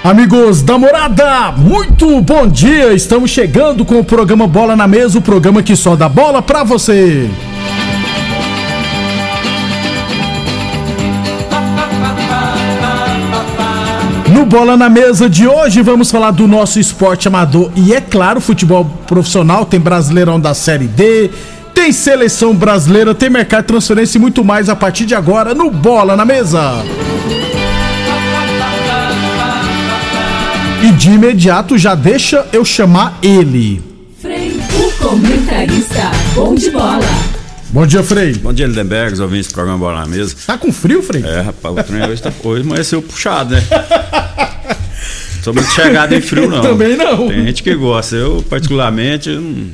Amigos da Morada, muito bom dia! Estamos chegando com o programa Bola na Mesa, o programa que só dá bola pra você. No Bola na Mesa de hoje vamos falar do nosso esporte amador e, é claro, futebol profissional. Tem Brasileirão da Série D, tem seleção brasileira, tem mercado de transferência e muito mais a partir de agora no Bola na Mesa. E de imediato já deixa eu chamar ele. Frei, o comentarista bom de bola. Bom dia, Frei. Bom dia, Lindenberg, os ouvintes do programa Bola na Mesa. Tá com frio, Frei? É, rapaz, o trem hoje amanheceu puxado, né? Sou muito chegado em frio, não. Também não. Tem gente que gosta, eu particularmente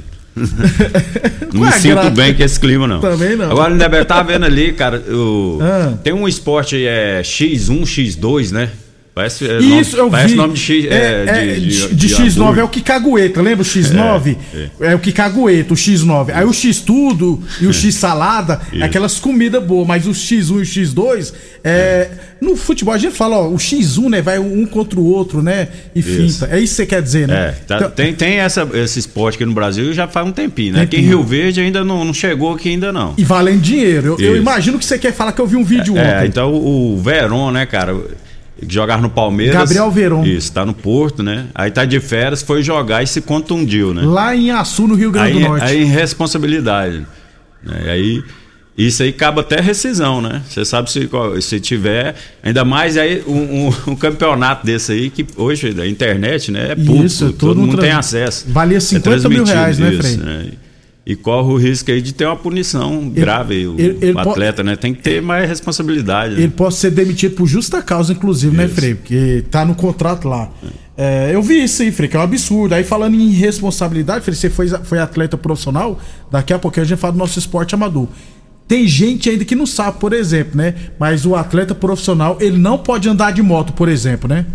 não me sinto bem com esse clima, não. Também não. Agora, Lindenberg, tá vendo ali, cara, tem um esporte aí, X1, X2, né? Parece isso, eu vi. Nome de X. De X9 é o Kikagueta, lembra o X9? É o Kikagueta, o X9. Aí o X tudo e o X salada, é aquelas comidas boas, mas o X1 e o X2 no futebol a gente fala, ó, o X1, né, vai um contra o outro, né? E finta. É isso que você quer dizer, né? Então, tem esse esporte aqui no Brasil já faz um tempinho, né? Aqui em Rio Verde ainda não chegou aqui ainda não. E valendo dinheiro. Eu imagino que você quer falar que eu vi um vídeo ontem. Então o Verón, né, cara, que jogar no Palmeiras. Gabriel Verón. Isso, tá no Porto, né? Aí tá de férias, foi jogar e se contundiu, né? Lá em Açu, no Rio Grande do Norte. Aí irresponsabilidade. Né? Aí, isso aí acaba até rescisão, né? Você sabe se tiver. Ainda mais aí um campeonato desse aí, que hoje da internet, né? É público, isso, todo mundo tem acesso. Valia 50 mil reais, né, Frei? Né? E corre o risco aí de ter uma punição grave. O atleta, né? Tem que ter mais responsabilidade. Né? Ele pode ser demitido por justa causa, inclusive, né, Frei? Porque tá no contrato lá. Eu vi isso aí, Frei, que é um absurdo. Aí, falando em responsabilidade, Frei, você foi atleta profissional, daqui a pouquinho a gente fala do nosso esporte amador. Tem gente ainda que não sabe, por exemplo, né? Mas o atleta profissional, ele não pode andar de moto, por exemplo, né?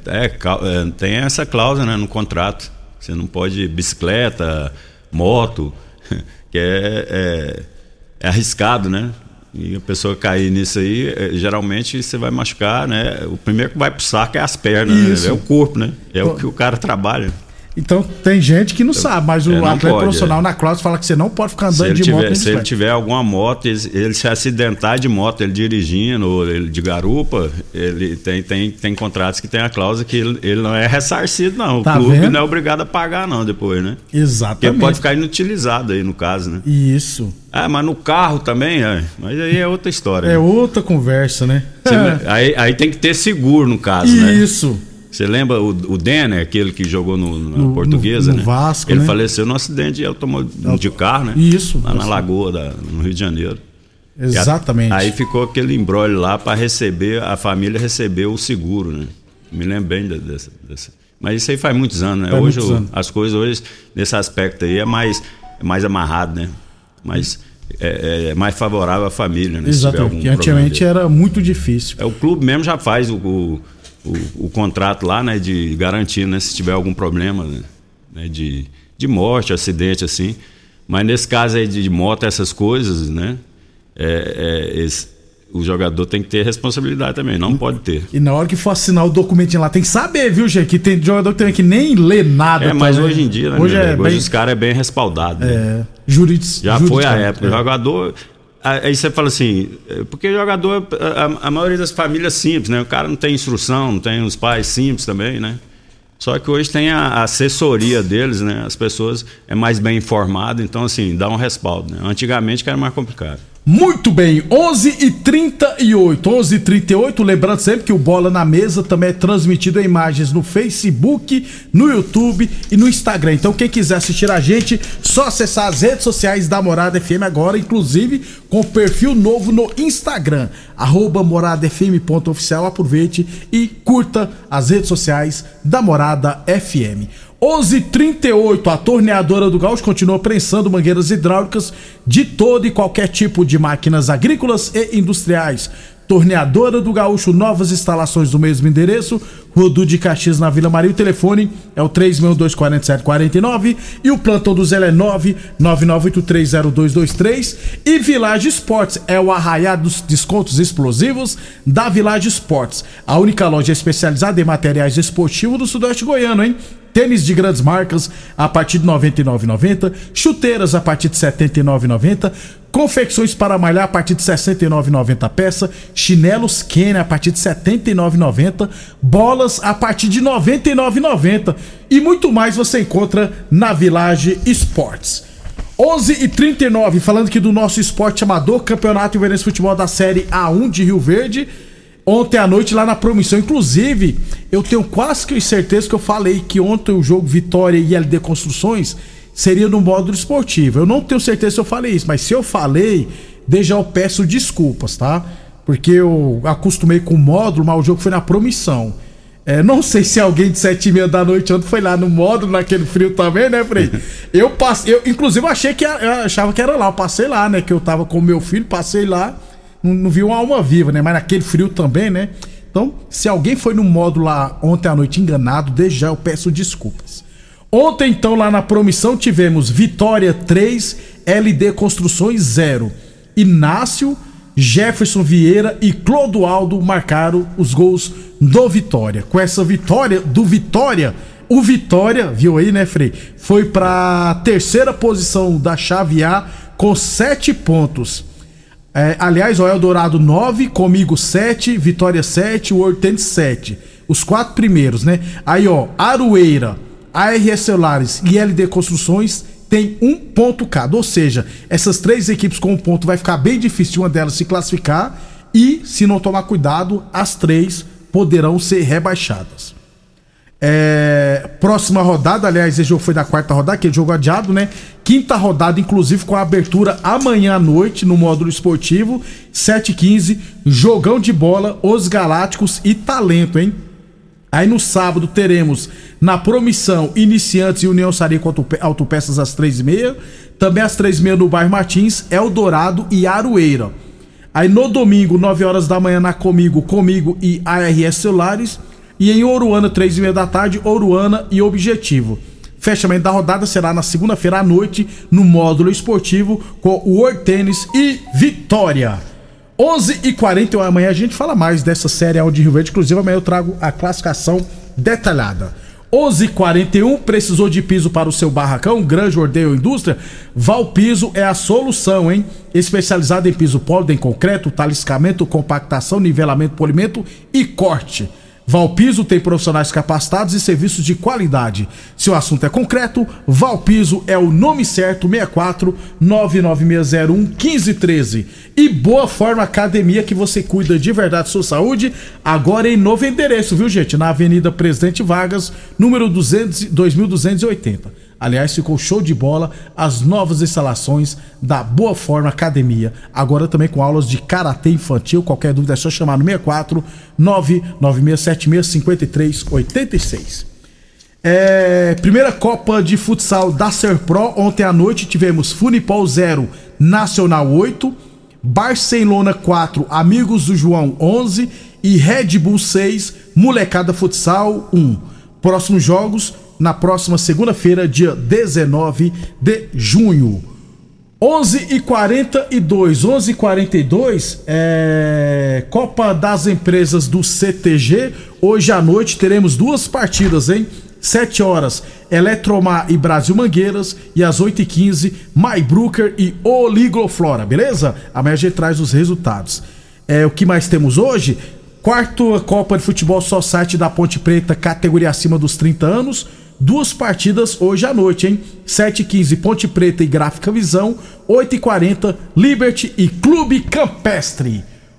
Tem essa cláusula, né, no contrato. Você não pode bicicleta, moto, que é arriscado, né? E a pessoa cair nisso aí, geralmente você vai machucar, né? O primeiro que vai pro saco é as pernas, né? É o corpo, né? É o que o cara trabalha. Então tem gente que não sabe, mas o atleta profissional na cláusula fala que você não pode ficar andando de moto. Se ele tiver alguma moto, ele se acidentar de moto, ele dirigindo, ou ele de garupa, ele tem contratos que tem a cláusula que ele não é ressarcido, não. Tá, o clube vendo? não é obrigado a pagar, não, depois, né? Exatamente. Porque pode ficar inutilizado aí, no caso, né? Isso. Mas no carro também, mas aí é outra história. É outra conversa, né? Aí tem que ter seguro, no caso, né? Isso. Você lembra o Denner, aquele que jogou na Portuguesa, no né? Vasco, ele né? faleceu num acidente de carro, né? Isso. Lá na Lagoa, no Rio de Janeiro. Exatamente. Aí ficou aquele imbróglio lá para a família recebeu o seguro, né? Me lembro bem dessa. Mas isso aí faz muitos anos, né? As coisas hoje, nesse aspecto aí, é mais amarrado, né? Mas é mais favorável à família, né? Exatamente, porque antigamente era muito difícil. O clube mesmo já faz o contrato lá, né, de garantia, né, se tiver algum problema, né, de morte, acidente, assim. Mas nesse caso aí de moto, essas coisas, né, o jogador tem que ter responsabilidade também, não pode ter. E na hora que for assinar o documentinho lá, tem que saber, viu, gente, que tem jogador que tem que nem lê nada. Mas hoje em dia, né, hoje os caras é bem respaldado. Né? Já foi a época. O jogador... Aí você fala assim, porque jogador, a maioria das famílias simples, né? O cara não tem instrução, não tem os pais simples também, né? Só que hoje tem a assessoria deles, né? As pessoas é mais bem informadas, então assim, dá um respaldo, né? Antigamente que era mais complicado. Muito bem, 11h38, lembrando sempre que o Bola na Mesa também é transmitido em imagens no Facebook, no YouTube e no Instagram. Então quem quiser assistir a gente, só acessar as redes sociais da Morada FM agora, inclusive com perfil novo no Instagram, @moradafm.oficial. Aproveite e curta as redes sociais da Morada FM. 11h38, a Torneadora do Gaúcho continua prensando mangueiras hidráulicas de todo e qualquer tipo de máquinas agrícolas e industriais. Torneadora do Gaúcho, novas instalações do mesmo endereço, Rodu de Caxias, na Vila Maria. O telefone é o 3624749 e o plantão do Zé é 999830223. E Village Esportes é o arraiá dos descontos explosivos da Village Esportes, a única loja especializada em materiais esportivos do Sudoeste Goiano, hein? Tênis de grandes marcas a partir de R$ 99,90, chuteiras a partir de R$ 79,90, confecções para malhar a partir de R$ 69,90 a peça, chinelos Kenner a partir de R$ 79,90, bolas a partir de R$ 99,90 e muito mais você encontra na Village Esportes. 11h39, falando aqui do nosso esporte amador, Campeonato Ilverense de Futebol da Série A1 de Rio Verde. Ontem à noite lá na Promissão, inclusive, eu tenho quase que certeza que eu falei que ontem o jogo Vitória e LD Construções seria no módulo esportivo. Eu não tenho certeza se eu falei isso, mas se eu falei, desde já eu peço desculpas, tá? Porque eu acostumei com o módulo, mas o jogo foi na Promissão. Não sei se alguém de 7h30 da noite ontem foi lá no módulo, naquele frio também, né, Frei? Eu inclusive, eu achava que era lá, eu passei lá, né, que eu tava com o meu filho, passei lá. Não vi uma alma viva, né? Mas naquele frio também, né? Então, se alguém foi no módulo lá ontem à noite enganado, desde já eu peço desculpas. Ontem, então, lá na Promissão, tivemos Vitória 3, LD Construções 0. Inácio, Jefferson Vieira e Clodoaldo marcaram os gols do Vitória. Com essa vitória do Vitória, o Vitória, viu aí, né, Frei? Foi pra terceira posição da chave A com 7 pontos. Aliás, o Eldorado 9, Comigo 7, Vitória 7, o Hortênis 7. Os 4 primeiros, né? Aí, ó, Aroeira, ARS Celulares e LD Construções tem 1 ponto cada. Ou seja, essas 3 equipes com 1 ponto vai ficar bem difícil de uma delas se classificar. E, se não tomar cuidado, as 3 poderão ser rebaixadas. Próxima rodada, aliás, esse jogo foi da 4ª rodada, aquele jogo adiado, né? 5ª rodada, inclusive com a abertura amanhã à noite no módulo esportivo, 7h15, jogão de bola, Os Galácticos e Talento, hein? Aí no sábado teremos na Promissão, Iniciantes e União Sarico Autopeças às 3h30, também às 3h30 no bairro Martins, Eldorado e Aroeira. Aí no domingo, 9h da manhã na Comigo e ARS Celulares. E em Oruana, 3h30 da tarde, Oruana e Objetivo. Fechamento da rodada será na segunda-feira à noite, no módulo esportivo, com o Hortênis e Vitória. 11h40, amanhã a gente fala mais dessa Série A de Rio Verde, inclusive amanhã eu trago a classificação detalhada. 11h41, precisou de piso para o seu barracão, Granja, Ordeio ou Indústria? Valpiso é a solução, hein? Especializado em piso pólido, em concreto, taliscamento, compactação, nivelamento, polimento e corte. Valpiso tem profissionais capacitados e serviços de qualidade. Se o assunto é concreto, Valpiso é o nome certo, 64 99601 1513. E Boa Forma Academia, que você cuida de verdade da sua saúde, agora em novo endereço, viu, gente? Na Avenida Presidente Vargas, número 2280. Aliás, ficou show de bola as novas instalações da Boa Forma Academia. Agora também com aulas de karatê infantil. Qualquer dúvida é só chamar no 64 99676 5386. Primeira Copa de Futsal da Serpro. Ontem à noite tivemos Funipol 0, Nacional 8, Barcelona 4, Amigos do João 11 e Red Bull 6, Molecada Futsal 1. Próximos jogos na próxima segunda-feira, dia 19 de junho. 11h42, Copa das Empresas do CTG. Hoje à noite teremos 2 partidas, hein? 7h, Eletromar e Brasil Mangueiras, e às 8h15, Maybrucker e Oligoflora, beleza? Amanhã a gente traz os resultados. O que mais temos hoje? 4ª Copa de Futebol Society da Ponte Preta, categoria acima dos 30 anos. 2 partidas hoje à noite, hein? 7h15, Ponte Preta e Gráfica Visão. 8h40, Liberty e Clube Campestre.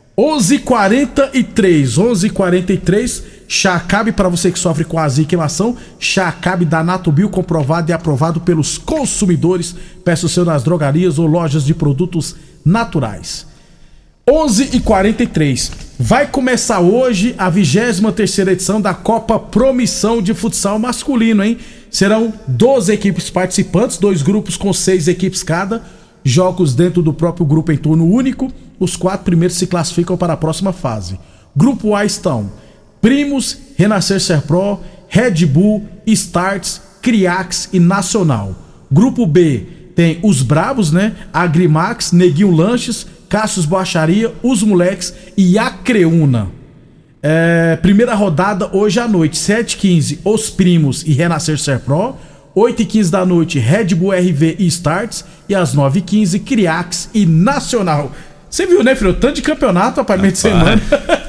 11h43, chá Acabe, para você que sofre com azia e queimação. Chá Acabe da Natubio, comprovado e aprovado pelos consumidores. Peça o seu nas drogarias ou lojas de produtos naturais. 11h43. Vai começar hoje a 23ª edição da Copa Promissão de Futsal Masculino, hein? Serão 12 equipes participantes, 2 grupos com 6 equipes cada. Jogos dentro do próprio grupo em turno único. Os 4 primeiros se classificam para a próxima fase. Grupo A estão Primos, Renascer Serpro, Red Bull, Starts, Criax e Nacional. Grupo B tem os Brabos, né? Agrimax, Neguinho Lanches, Cassius Boacharia, Os Moleques e a Creúna. Primeira rodada hoje à noite, 7h15, Os Primos e Renascer Serpro. 8h15 da noite, Red Bull RV e Starts. E às 9h15, Criax e Nacional. Você viu, né, filho? Tanto de campeonato, rapaz, meio de semana.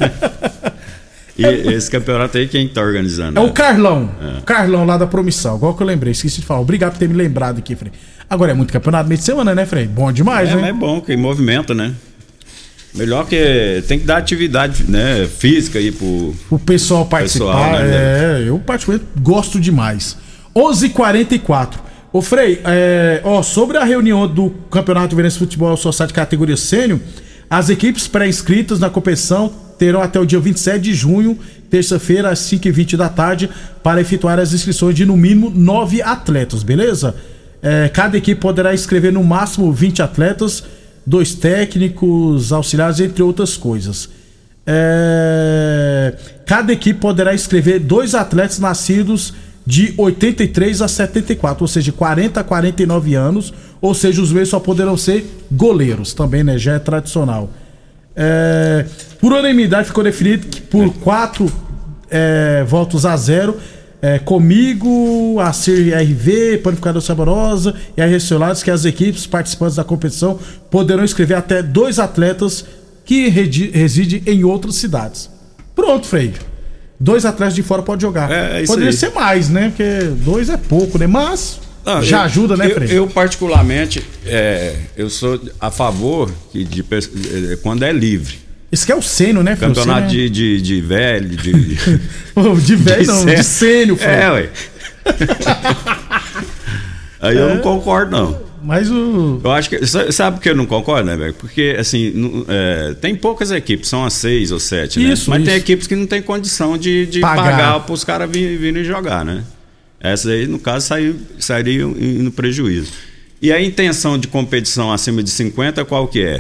E esse campeonato aí, quem tá organizando? É o Carlão. Carlão lá da Promissão. Igual que eu lembrei, esqueci de falar. Obrigado por ter me lembrado aqui, Frei. Agora é muito campeonato meio de semana, né, Frei? Bom demais, né? Mas é bom, que movimenta, né? Melhor que tem que dar atividade, né, física aí o pessoal participar. Né? Eu particularmente gosto demais. 11h44. Ô Frei, sobre a reunião do Campeonato Veirense de Futebol Society categoria sênior, as equipes pré-inscritas na competição terão até o dia 27 de junho, terça-feira, às 5h20 da tarde, para efetuar as inscrições de no mínimo 9 atletas, beleza? Cada equipe poderá inscrever no máximo 20 atletas, 2 técnicos, auxiliares, entre outras coisas. Cada equipe poderá inscrever 2 atletas nascidos de 83 a 74, ou seja, 40 a 49 anos, ou seja, os meios só poderão ser goleiros, também, né? Já é tradicional. Por unanimidade ficou definido que por 4 votos a 0, comigo, a CRV, Panificador Saborosa e a Recelados, que as equipes participantes da competição poderão inscrever até 2 atletas que residem em outras cidades. Pronto, Frei. 2 atletas de fora podem jogar. Poderia ser mais, né? Porque 2 é pouco, né? Mas já ajuda, né, Frei? Eu particularmente, eu sou a favor quando é livre. Isso que é o sênior, né, Frei? Campeonato de velho, de velho não, de sênior, Frei. Ué. Aí eu não concordo, não. Mas eu acho que... Sabe por que eu não concordo, né, velho? Porque, assim, tem poucas equipes, são as 6 ou 7, né? Mas tem equipes que não tem condição de pagar para os caras virem jogar, né? Essa aí, no caso, sairia no prejuízo. E a intenção de competição acima de 50, qual que é?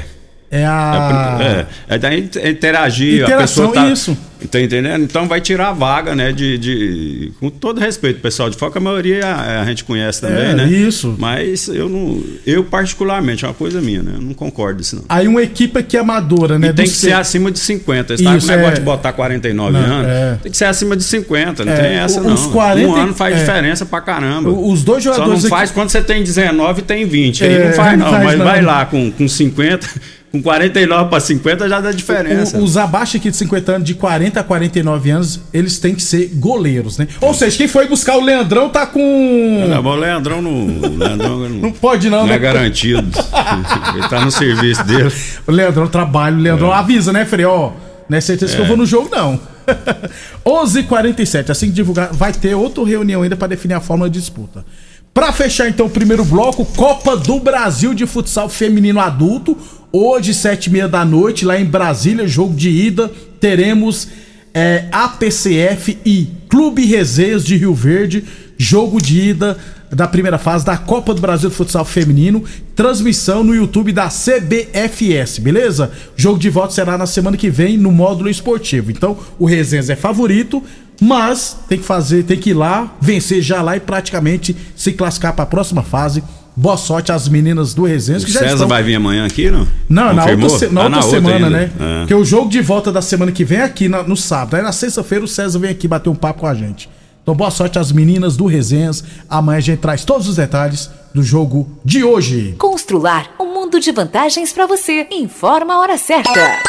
Interagir, a pessoa tá, isso. Tá entendendo? Então vai tirar a vaga, né? Com todo respeito, o pessoal de fora, que a maioria a gente conhece também, né? Isso. Mas eu particularmente, é uma coisa minha, né? Eu não concordo disso, não. Aí uma equipe aqui amadora, né? E tem que ser acima de 50. Você tá com o negócio de botar 49 anos? Tem que ser acima de 50, não tem essa, não. 40, um ano faz diferença pra caramba. Os 2 jogadores. Só não faz quando você tem 19 e tem 20. Aí não faz, não. Mas vai lá com 50. Com 49 para 50 já dá diferença. Os abaixo aqui de 50 anos, de 40 a 49 anos, eles têm que ser goleiros, né? Ou seja, quem foi buscar o Leandrão tá com... Não, mas o Leandrão não pode não, não né? É garantido. Ele tá no serviço dele. O Leandrão trabalha, o Leandrão avisa, né, Frei? Ó, não é certeza que eu vou no jogo, não. 11h47, assim que divulgar, vai ter outra reunião ainda para definir a forma de disputa. Pra fechar então o primeiro bloco, Copa do Brasil de Futsal Feminino Adulto. Hoje, 7h30 da noite, lá em Brasília, jogo de ida, teremos APCF e Clube Resenhas de Rio Verde, jogo de ida da primeira fase da Copa do Brasil de Futsal Feminino, transmissão no YouTube da CBFS, beleza? Jogo de volta será na semana que vem no módulo esportivo. Então, o Resenhas é favorito, mas tem que ir lá, vencer já lá e praticamente se classificar para a próxima fase. Boa sorte às meninas do Resenhas. O César vai vir amanhã aqui, não? Não, na outra semana, né? Porque o jogo de volta da semana que vem é aqui no sábado. Aí na sexta-feira o César vem aqui bater um papo com a gente. Então boa sorte às meninas do Resenhas. Amanhã a gente traz todos os detalhes do jogo de hoje. Constrular um mundo de vantagens para você. Informa a hora certa.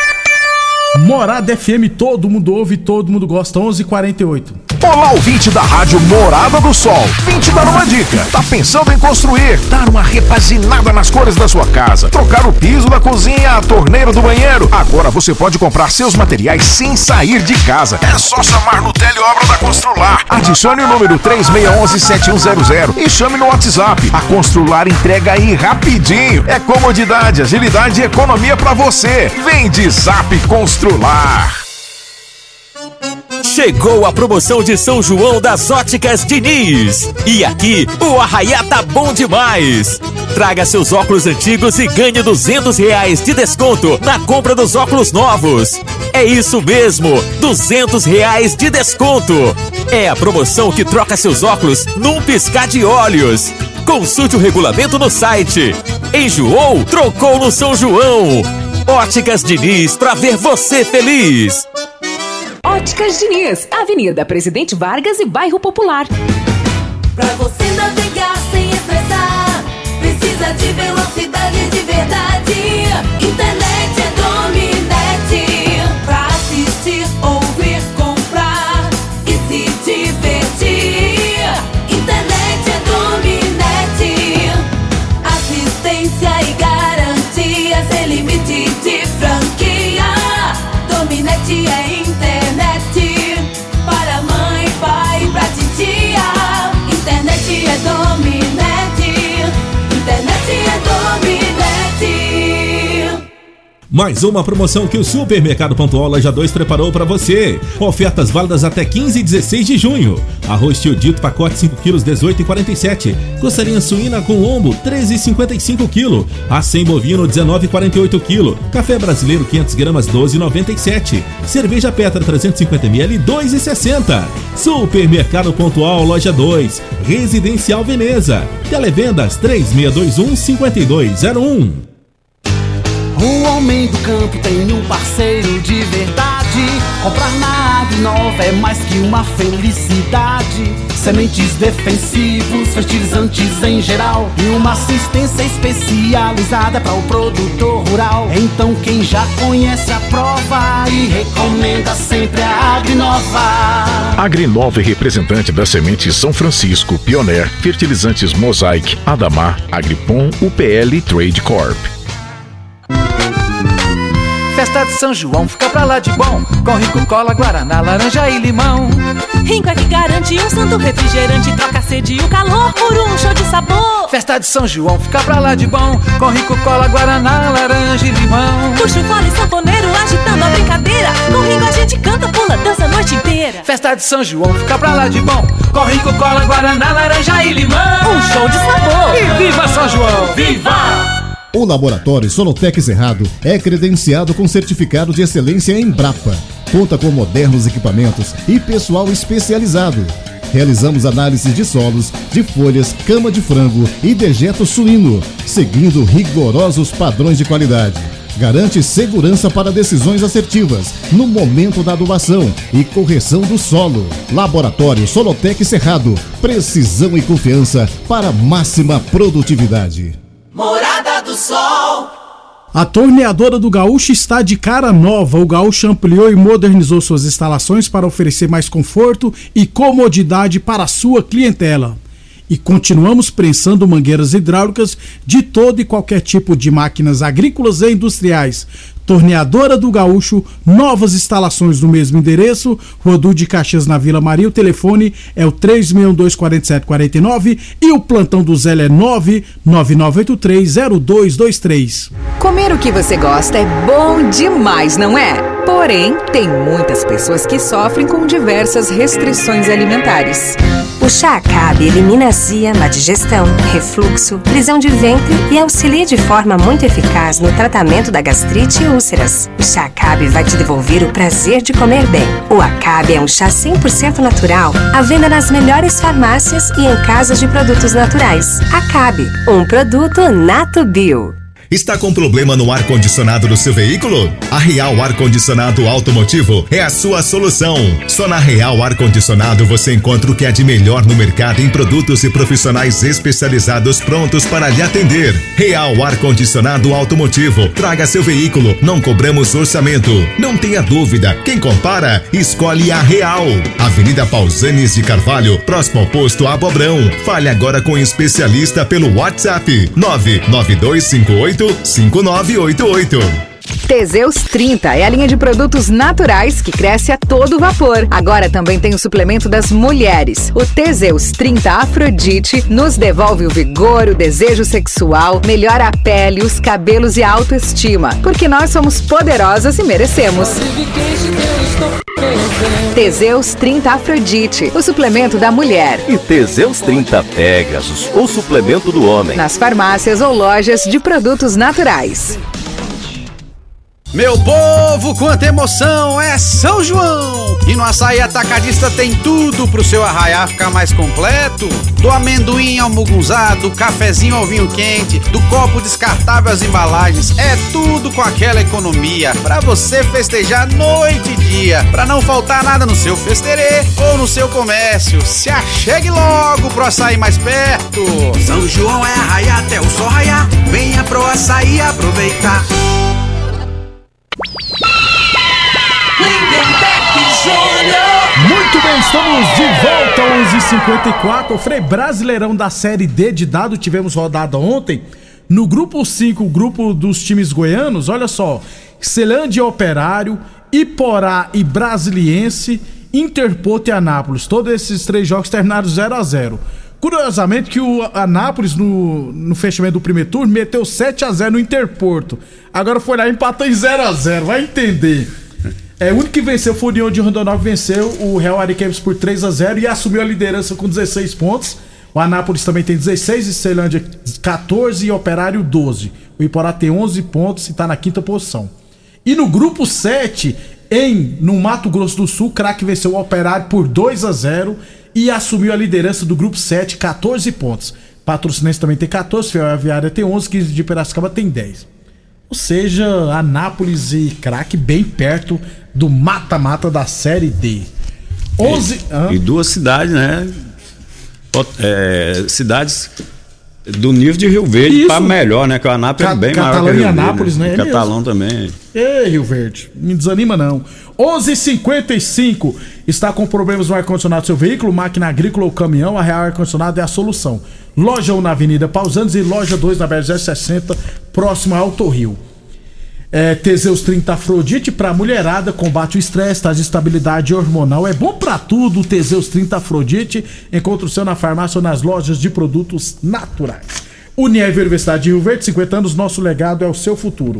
Morada FM, todo mundo ouve, todo mundo gosta. 11h48. Olá, ouvinte da Rádio Morada do Sol. Vim te dar uma dica. Tá pensando em construir, dar uma repaginada nas cores da sua casa, trocar o piso da cozinha, a torneira do banheiro? Agora você pode comprar seus materiais sem sair de casa. É só chamar no Teleobra da Constrular. Adicione o número 3611-7100 e chame no WhatsApp. A Constrular entrega aí rapidinho. É comodidade, agilidade e economia pra você. Vem de Zap Constrular. Chegou a promoção de São João das Óticas Diniz. E aqui, o arraiá tá bom demais. Traga seus óculos antigos e ganhe R$200 de desconto na compra dos óculos novos. É isso mesmo, R$200 de desconto. É a promoção que troca seus óculos num piscar de olhos. Consulte o regulamento no site. Enjoou? Trocou no São João. Óticas Diniz, pra ver você feliz. Óticas Diniz, Avenida Presidente Vargas e Bairro Popular. Pra você navegar sem estressar, precisa de velocidade de verdade. Internet é Dominete. Pra assistir, ouvir, comprar e se divertir. Internet é Dominete. Assistência e garantia sem limite de franquia. Dominete é internet para mãe, pai, pra titia. Internet é Dominete. Internet é Dominete. Mais uma promoção que o Supermercado Pontual Loja 2 preparou para você. Ofertas válidas até 15 e 16 de junho. Arroz Tio Dito, pacote 5 kg, 18,47. Costelinha suína com lombo, 13,55 kg. Acém bovino, 19,48 kg. Café brasileiro, 500 gramas, 12,97. Cerveja Petra, 350 ml, 2,60. Supermercado Pontual Loja 2, Residencial Veneza. Televendas 3621-5201. O homem do campo tem um parceiro de verdade. Comprar na Agrinova é mais que uma felicidade. Sementes defensivos, fertilizantes em geral e uma assistência especializada para o produtor rural. Então quem já conhece a prova e recomenda sempre a Agrinova. Agrinova é representante da Semente São Francisco, Pioneer, Fertilizantes Mosaic, Adamar, Agripom, UPL Trade Corp. Festa de São João fica pra lá de bom, com Rico, cola, guaraná, laranja e limão. Rico é que garante um santo refrigerante, troca a sede e o calor por um show de sabor. Festa de São João fica pra lá de bom, com Rico, cola, guaraná, laranja e limão. Puxa o fole sanfoneiro agitando a brincadeira, com Rico a gente canta, pula, dança a noite inteira. Festa de São João fica pra lá de bom, com Rico, cola, guaraná, laranja e limão. Um show de sabor. E viva São João! Viva! O Laboratório Solotec Cerrado é credenciado com certificado de excelência Embrapa. Conta com modernos equipamentos e pessoal especializado. Realizamos análise de solos, de folhas, cama de frango e dejeto suíno, seguindo rigorosos padrões de qualidade. Garante segurança para decisões assertivas no momento da adubação e correção do solo. Laboratório Solotec Cerrado. Precisão e confiança para máxima produtividade. Morada do Sol. A torneadora do Gaúcho está de cara nova. O Gaúcho ampliou e modernizou suas instalações para oferecer mais conforto e comodidade para a sua clientela. E continuamos prensando mangueiras hidráulicas de todo e qualquer tipo de máquinas agrícolas e industriais. Torneadora do Gaúcho, novas instalações no mesmo endereço, Rua Duque de Caxias, na Vila Maria. O telefone é o 3612-4749 e o plantão do Zé é 999830223. Comer o que você gosta é bom demais, não é? Porém, tem muitas pessoas que sofrem com diversas restrições alimentares. O chá Acabe elimina azia, má digestão, refluxo, prisão de ventre e auxilia de forma muito eficaz no tratamento da gastrite e úlceras. O chá Acabe vai te devolver o prazer de comer bem. O Acabe é um chá 100% natural, à venda nas melhores farmácias e em casas de produtos naturais. Acabe, um produto Nato Bio. Está com problema no ar-condicionado do seu veículo? A Real Ar-Condicionado Automotivo é a sua solução. Só na Real Ar-Condicionado você encontra o que há de melhor no mercado em produtos e profissionais especializados prontos para lhe atender. Real Ar-Condicionado Automotivo. Traga seu veículo, não cobramos orçamento. Não tenha dúvida, quem compara, escolhe a Real. Avenida Pausanes de Carvalho, próximo ao posto Abobrão. Fale agora com o especialista pelo WhatsApp 99258 5988. Teseus 30 é a linha de produtos naturais que cresce a todo vapor. Agora também tem o suplemento das mulheres. O Teseus 30 Afrodite nos devolve o vigor, o desejo sexual, melhora a pele, os cabelos e a autoestima. Porque nós somos poderosas e merecemos. Teseus 30 Afrodite, o suplemento da mulher. E Teseus 30 Pegasus, o suplemento do homem. Nas farmácias ou lojas de produtos naturais. Meu povo, quanta emoção, é São João! E no Açaí Atacadista tem tudo pro seu arraiá ficar mais completo. Do amendoim ao mugunzá, do cafezinho ao vinho quente, do copo descartável às embalagens, é tudo com aquela economia pra você festejar noite e dia, pra não faltar nada no seu festerê ou no seu comércio. Se achegue logo pro açaí mais perto. São João é arraiá até o sol raiar, venha pro açaí aproveitar. Muito bem, estamos de volta, 11h54. O Frei, Brasileirão da Série D de dado, tivemos rodada ontem. No grupo 5, o grupo dos times goianos, olha só: Ceilândia e Operário, Iporá e Brasiliense, Interporto e Anápolis. Todos esses 3 jogos terminaram 0-0. Curiosamente que o Anápolis, no fechamento do primeiro turno, meteu 7-0 no Interporto. Agora foi lá e empatou em 0-0, vai entender. O único que venceu foi o União de Rondonópolis, venceu o Real Ariquemes por 3-0 e assumiu a liderança com 16 pontos. O Anápolis também tem 16, e Ceilândia 14 e Operário 12. O Iporá tem 11 pontos e está na 5ª posição. E no grupo 7, no Mato Grosso do Sul, o Craque venceu o Operário por 2-0 e assumiu a liderança do grupo 7, 14 pontos. Patrocinense também tem 14, Ferroviária tem 11, 15 de Piracicaba tem 10. Ou seja, Anápolis e Craque bem perto do mata-mata da Série D. 11... E 2 cidades, né? Cidades do nível de Rio Verde para melhor, né? Que o Anápolis é bem maior que o Rio Verde. Anápolis, né? Catalão também. Ei, Rio Verde, me desanima não. 11h55, está com problemas no ar-condicionado do seu veículo, máquina agrícola ou caminhão, a Real Ar-Condicionado é a solução. Loja 1 na Avenida Pausantes e loja 2 na BR-060, próximo a Alto Rio. Teseus 30 Afrodite pra mulherada, combate o estresse, traz estabilidade hormonal, é bom pra tudo. Teseus 30 Afrodite, encontra o seu na farmácia ou nas lojas de produtos naturais. Unieve Universidade de Rio Verde, 50 anos, nosso legado é o seu futuro.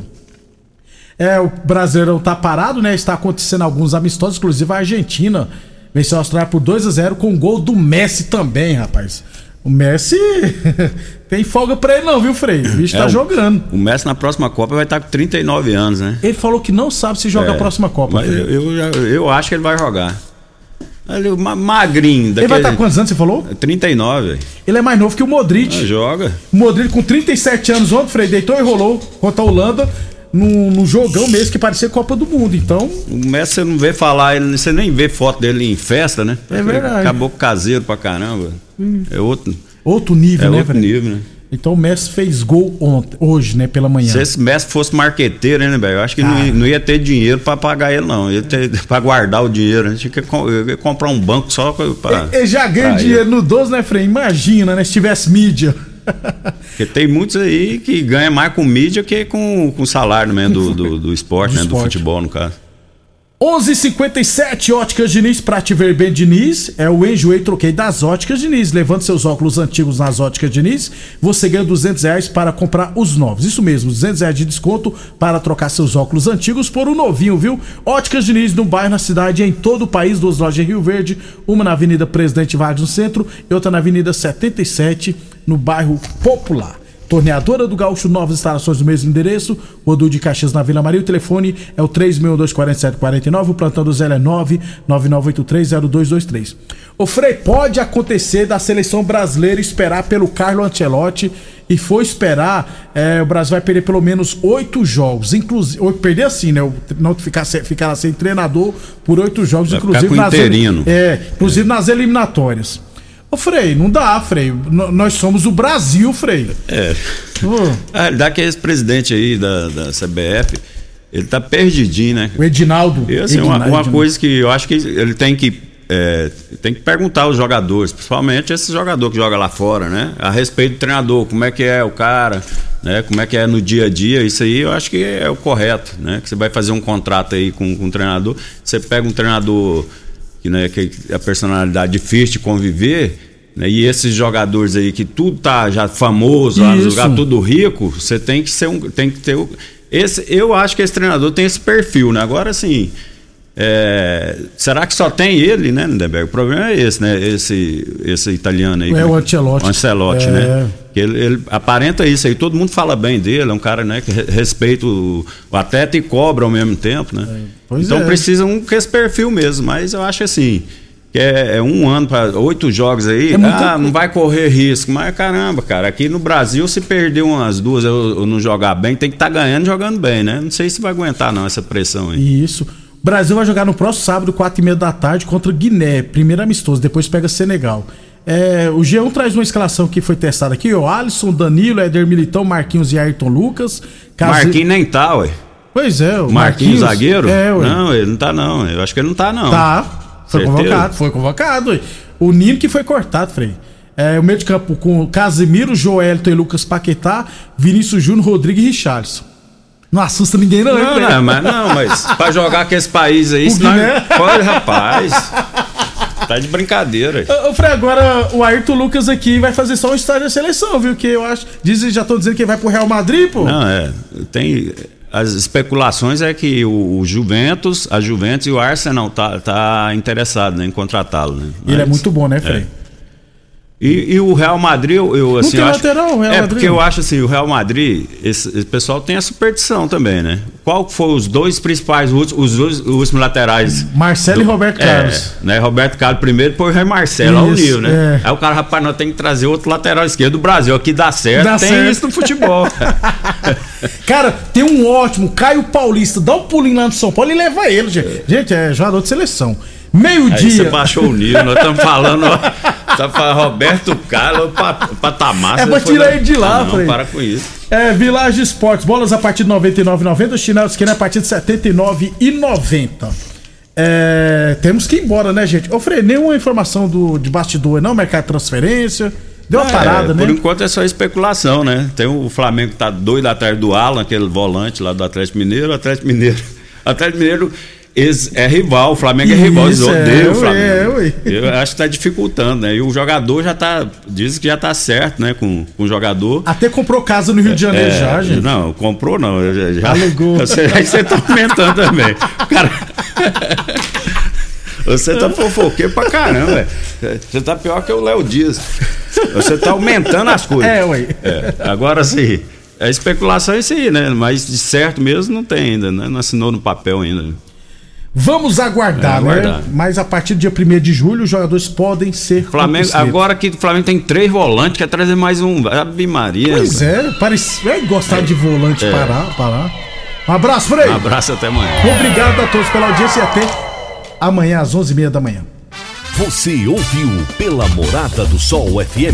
O Brasileirão tá parado, né? Está acontecendo alguns amistosos, inclusive a Argentina venceu a Austrália por 2-0 com um gol do Messi também, rapaz. O Messi tem folga pra ele não, viu, Frei? O bicho tá jogando. O Messi na próxima Copa vai estar com 39 anos, né? Ele falou que não sabe se joga a próxima Copa. Mas eu acho que ele vai jogar. Ele, magrinho. Ele vai estar com quantos anos, você falou? 39. Ele é mais novo que o Modric. Joga. O Modric com 37 anos ontem, Frei, deitou e rolou contra a Holanda. No jogão mesmo que parecia Copa do Mundo, então... O Messi, você não vê falar, você nem vê foto dele em festa, né? É verdade. Acabou caseiro pra caramba. É outro nível, né? Outro nível, né? Então o Messi fez gol hoje, né? Pela manhã. Se esse Messi fosse marqueteiro, né, velho? Eu acho que não ia ter dinheiro pra pagar ele, não. Ia ter pra guardar o dinheiro. A gente ia comprar um banco só pra... Ele já ganha dinheiro no 12, né, Frei? Imagina, né? Se tivesse mídia... Porque tem muitos aí que ganham mais com mídia que com salário mesmo do esporte, né? Do futebol, no caso. 11h57, Óticas Diniz, pra te ver bem, Diniz. É o enjoei, troquei das Óticas Diniz. Levante seus óculos antigos nas Óticas Diniz, você ganha R$200 para comprar os novos. Isso mesmo, R$200 de desconto para trocar seus óculos antigos por um novinho, viu? Óticas Diniz, no bairro, na cidade, em todo o país. 2 lojas em Rio Verde, uma na Avenida Presidente Vargas no centro e outra na Avenida 77 no bairro Popular. Torneadora do Gaúcho, novas instalações no mesmo endereço, Rodul de Caxias na Vila Maria. O telefone é o 3624749, o plantão do Zé é 999830223. O Frei, pode acontecer da seleção brasileira esperar pelo Carlo Ancelotti, e foi esperar, o Brasil vai perder pelo menos 8 jogos, inclusive, ou perder assim, né? Não ficar sem treinador por 8 jogos, vai inclusive inclusive nas eliminatórias. Ô Frei, não dá, Frei. Nós somos o Brasil, Frei. A realidade é que esse presidente aí da CBF, ele tá perdidinho, né? O Edinaldo. E assim, uma coisa que eu acho que ele tem que perguntar aos jogadores, principalmente esse jogador que joga lá fora, né? A respeito do treinador, como é que é o cara, né? Como é que é no dia a dia, isso aí eu acho que é o correto, né? Que você vai fazer um contrato aí com um treinador, você pega um treinador que a personalidade difícil de conviver, né? E esses jogadores aí que tudo tá já famoso, lá no lugar tudo rico, você tem que ter eu acho que esse treinador tem esse perfil, né? Agora assim, Será que só tem ele, né, Lindenberg? O problema é esse, né? Esse italiano aí. O Ancelotti. O Ancelotti, né? Que ele aparenta isso aí. Todo mundo fala bem dele. É um cara, né, que respeita o atleta e cobra ao mesmo tempo, né? Então precisa com esse perfil mesmo. Mas eu acho assim, que é um ano para 8 jogos aí. Não vai correr risco. Mas caramba, cara, aqui no Brasil, se perder umas 2 ou não jogar bem, tem que estar ganhando jogando bem, né? Não sei se vai aguentar não essa pressão aí. Isso. O Brasil vai jogar no próximo sábado, 4h30 da tarde, contra Guiné, primeiro amistoso, depois pega Senegal. O G1 traz uma escalação que foi testada aqui, o Alisson, Danilo, Éder Militão, Marquinhos e Ayrton Lucas. Marquinhos nem tá, ué. Pois é, o Marquinhos zagueiro? Ué. Não, ele não tá não, eu acho que ele não tá não. Tá, foi convocado, ué. O Nino que foi cortado, Frei. O meio de campo com Casemiro, Joelton e Lucas Paquetá, Vinícius Júnior, Rodrigo e Richarlison. Não assusta ninguém não, hein? Mas pra jogar com esse país aí, senão... Pode, rapaz. Tá de brincadeira. Ô, Frei, agora o Ayrton Lucas aqui vai fazer só um estágio da seleção, viu? Que eu acho... já estão dizendo que ele vai pro Real Madrid, pô. Não, tem... As especulações é que a Juventus e o Arsenal tá interessado, né, em contratá-lo, né? Ele é muito bom, né, Frei? E o Real Madrid, eu assim, não tem lateral, o Real Madrid. Porque eu acho assim, o Real Madrid, esse pessoal tem a superstição também, né? Qual foi os dois principais, os últimos laterais? Marcelo e Roberto Carlos. Né? Roberto Carlos primeiro, depois o Marcelo, ao Nil, né? Aí o cara, rapaz, nós temos que trazer outro lateral esquerdo do Brasil, aqui dá certo, isso no futebol. Cara, tem um ótimo, Caio Paulista, dá um pulinho lá no São Paulo e leva ele, gente. Gente, é jogador de seleção. Meio-dia. Aí você baixou o nível, nós estamos falando, tá falando Roberto Carlos, patamar. Pra tirar ele de lá, não, para com isso. Village Esportes, bolas a partir de R$ 99,90, chinelo esquina a partir de R$ 79,90. Temos que ir embora, né, gente? Ô, Frei, nenhuma informação de bastidor, não? Mercado de transferência. Deu uma parada, né? Por enquanto é só especulação, né? Tem o Flamengo que tá doido atrás do Alan, aquele volante lá do Atlético Mineiro. Atlético Mineiro é rival, o Flamengo é rival, eles odeiam o Flamengo. Eu acho que tá dificultando, né? E o jogador diz que já tá certo, né? Com o jogador. Até comprou casa no Rio de Janeiro já, gente. Não, comprou não. Já alegou. Você tá aumentando também. Cara... Você tá fofoqueiro pra caramba, velho. Você tá pior que o Léo Dias. Você tá aumentando as coisas. Agora sim, a especulação é isso aí, né? Mas de certo mesmo não tem ainda, né? Não assinou no papel ainda. Vamos aguardar, né? Mas a partir do dia 1º de julho os jogadores podem ser Flamengo. Agora que o Flamengo tem 3 volantes, quer trazer mais um. Ave Maria. Pois parece gostar de volante parar. Um abraço, Frei. Um abraço, até amanhã. Obrigado a todos pela audiência e até amanhã às 11h30 da manhã. Você ouviu pela Morada do Sol FM